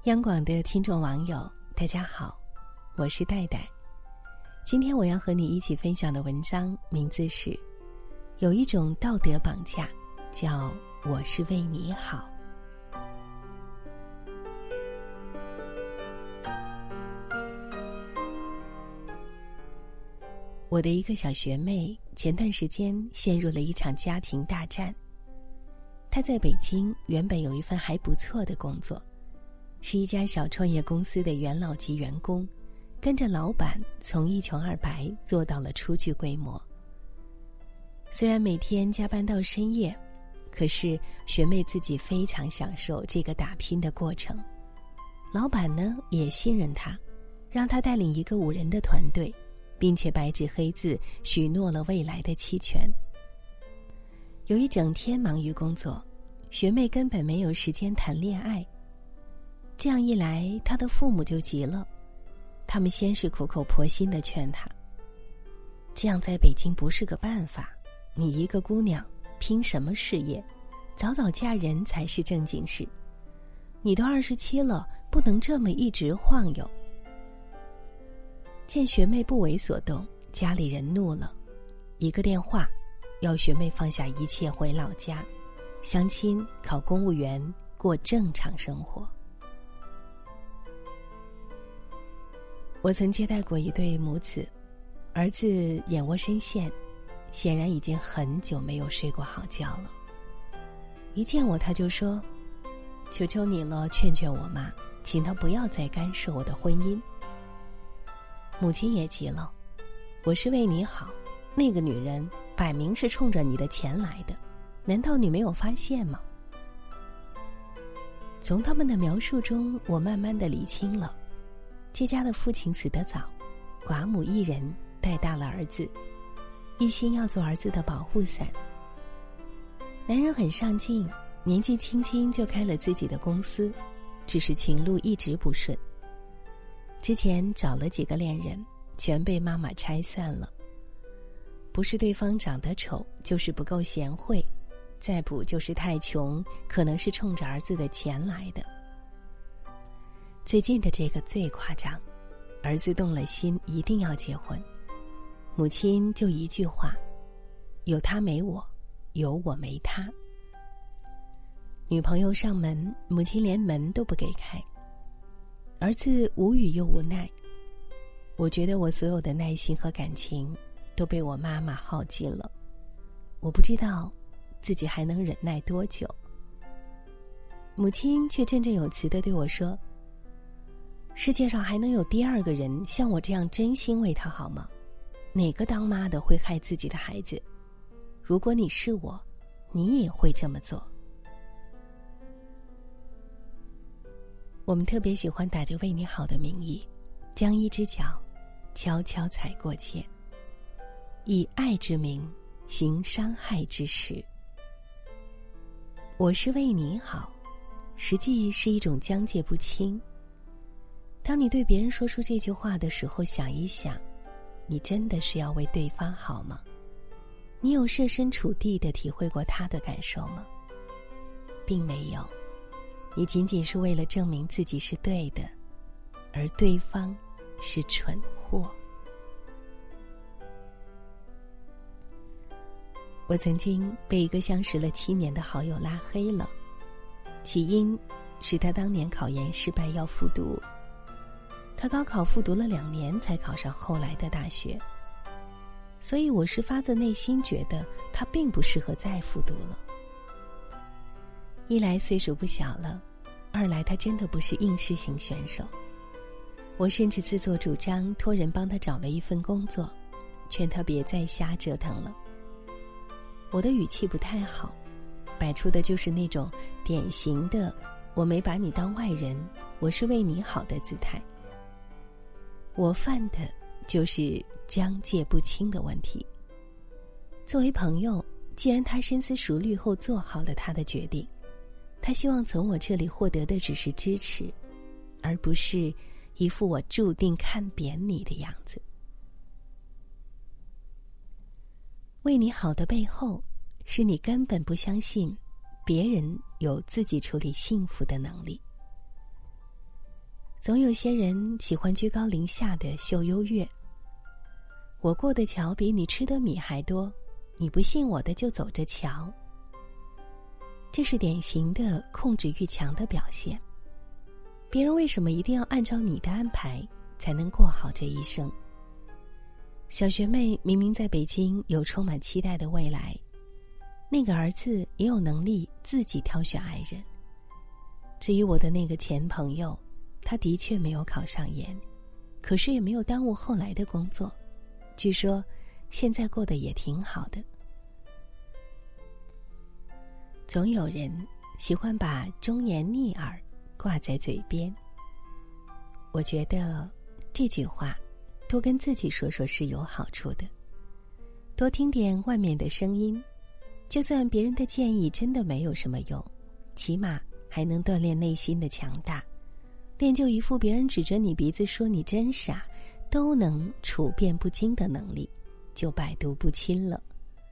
央广的听众网友大家好，我是戴戴。今天我要和你一起分享的文章名字是有一种道德绑架叫我是为你好。我的一个小学妹前段时间陷入了一场家庭大战。她在北京原本有一份还不错的工作，是一家小创业公司的元老级员工，跟着老板从一穷二白做到了初具规模。虽然每天加班到深夜，可是学妹自己非常享受这个打拼的过程。老板呢也信任她，让她带领一个5人的团队，并且白纸黑字许诺了未来的期权。由于整天忙于工作，学妹根本没有时间谈恋爱。这样一来，她的父母就急了，他们先是苦口婆心地劝她，这样在北京不是个办法，你一个姑娘拼什么事业，早早嫁人才是正经事，你都27了，不能这么一直晃悠。见学妹不为所动，家里人怒了，一个电话要学妹放下一切回老家，相亲考公务员，过正常生活。我曾接待过一对母子，儿子眼窝深陷，显然已经很久没有睡过好觉了。一见我他就说，求求你了，劝劝我妈，请她不要再干涉我的婚姻。母亲也急了，我是为你好，那个女人摆明是冲着你的钱来的，难道你没有发现吗？从他们的描述中，我慢慢地理清了，这家的父亲死得早，寡母一人带大了儿子，一心要做儿子的保护伞。男人很上进，年纪轻轻就开了自己的公司，只是情路一直不顺。之前找了几个恋人，全被妈妈拆散了。不是对方长得丑，就是不够贤惠，再不就是太穷，可能是冲着儿子的钱来的。最近的这个最夸张，儿子动了心一定要结婚，母亲就一句话，有他没我，有我没他。女朋友上门，母亲连门都不给开。儿子无语又无奈，我觉得我所有的耐心和感情都被我妈妈耗尽了，我不知道自己还能忍耐多久。母亲却振振有词地对我说，世界上还能有第2个人像我这样真心为他好吗？哪个当妈的会害自己的孩子？如果你是我，你也会这么做。我们特别喜欢打着为你好的名义，将一只脚悄悄踩过界，以爱之名行伤害之实。我是为你好，实际是一种疆界不清。当你对别人说出这句话的时候，想一想，你真的是要为对方好吗？你有设身处地地体会过他的感受吗？并没有，你仅仅是为了证明自己是对的，而对方是蠢货。我曾经被一个相识了7年的好友拉黑了，起因是他当年考研失败要复读，他高考复读了2年才考上后来的大学，所以我是发自内心觉得他并不适合再复读了。一来岁数不小了，二来他真的不是应试型选手。我甚至自作主张托人帮他找了一份工作，劝他别再瞎折腾了。我的语气不太好，摆出的就是那种典型的我没把你当外人，我是为你好的姿态。我犯的就是疆界不清的问题。作为朋友，既然他深思熟虑后做好了他的决定，他希望从我这里获得的只是支持，而不是一副我注定看扁你的样子。为你好的背后，是你根本不相信别人有自己处理幸福的能力。 总有些人喜欢居高临下的秀优越。我过的桥比你吃的米还多，你不信我的就走着瞧。这是典型的控制欲强的表现。别人为什么一定要按照你的安排才能过好这一生？小学妹明明在北京有充满期待的未来，那个儿子也有能力自己挑选爱人。至于我的那个前朋友，他的确没有考上研，可是也没有耽误后来的工作，据说现在过得也挺好的。总有人喜欢把忠言逆耳挂在嘴边，我觉得这句话多跟自己说说是有好处的，多听点外面的声音，就算别人的建议真的没有什么用，起码还能锻炼内心的强大，练就一副别人指着你鼻子说你真傻都能处变不惊的能力，就百毒不侵了。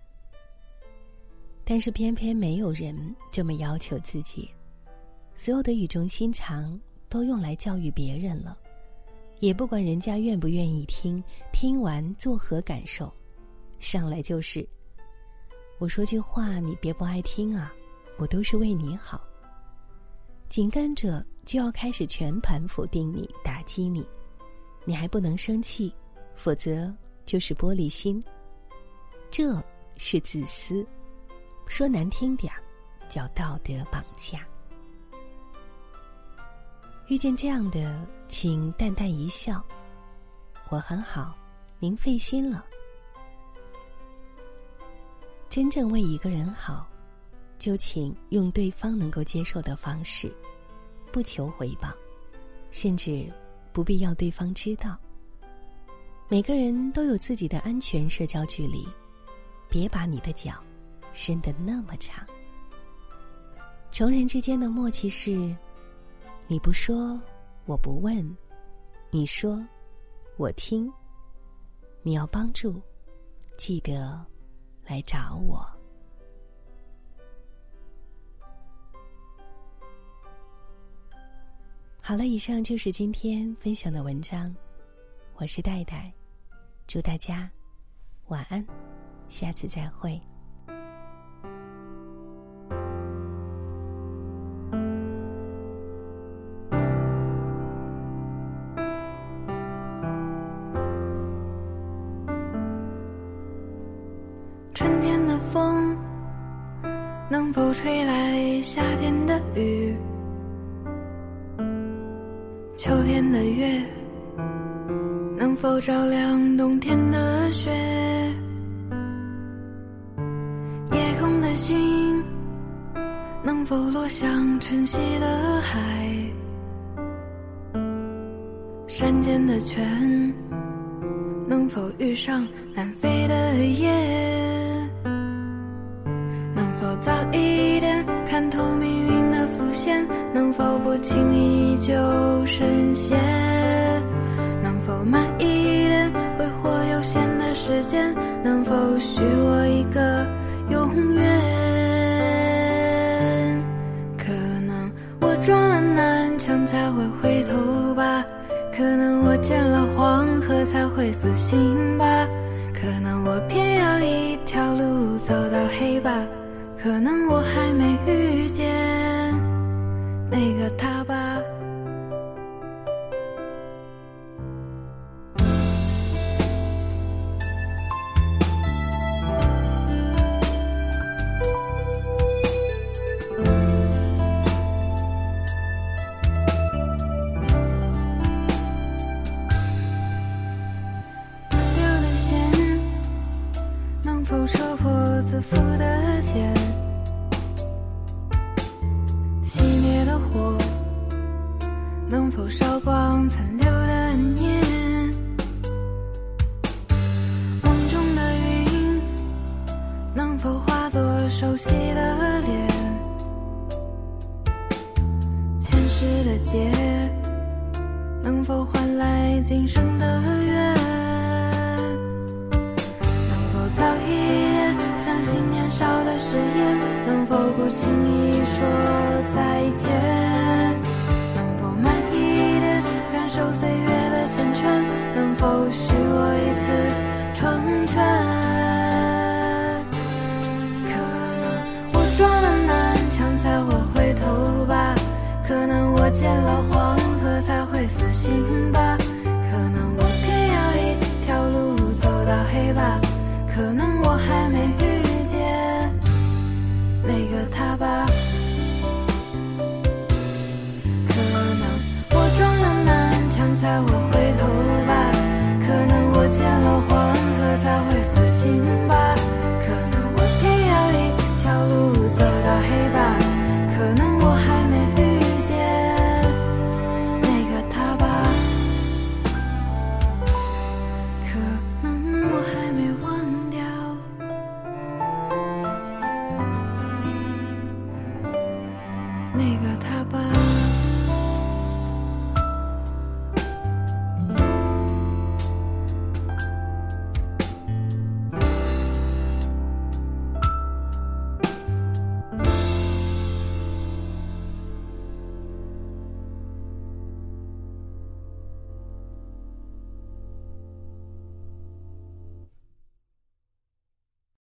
但是偏偏没有人这么要求自己，所有的语重心长都用来教育别人了，也不管人家愿不愿意听，听完作何感受，上来就是我说句话你别不爱听啊，我都是为你好。紧跟着就要开始全盘否定你，打击你，你还不能生气，否则就是玻璃心，这是自私，说难听点儿叫道德绑架。遇见这样的，请淡淡一笑，我很好，您费心了。真正为一个人好，就请用对方能够接受的方式，不求回报，甚至不必要对方知道。每个人都有自己的安全社交距离，别把你的脚伸得那么长。成人之间的默契是，你不说我不问，你说我听，你要帮助记得来找我。好了，以上就是今天分享的文章，我是戴戴，祝大家晚安，下次再会。 春天的风能否吹来夏天的雨，秋天的月能否照亮冬天的雪，夜空的星能否落向晨曦的海，山间的泉能否遇上南飞的雁，能否早一点看透命运的伏线，能否不轻易就深陷，能否慢一点挥霍有限的时间，能否许我一个永远。可能我撞了南墙才会回头吧，可能我见了黄河才会死心吧，可能我偏要一条路走到黑吧，可能我还没遇见那个他吧。能否戳破自负的茧，熄灭的火能否烧光残留的念，梦中的云能否化作熟悉的脸，前世的劫能否换来今生的缘，早一点相信年少的誓言，能否不轻易说再见，能否慢一点我见了黄河才会死心吧，可能我偏要一条路走到黑吧，可能我还没遇见那个他吧。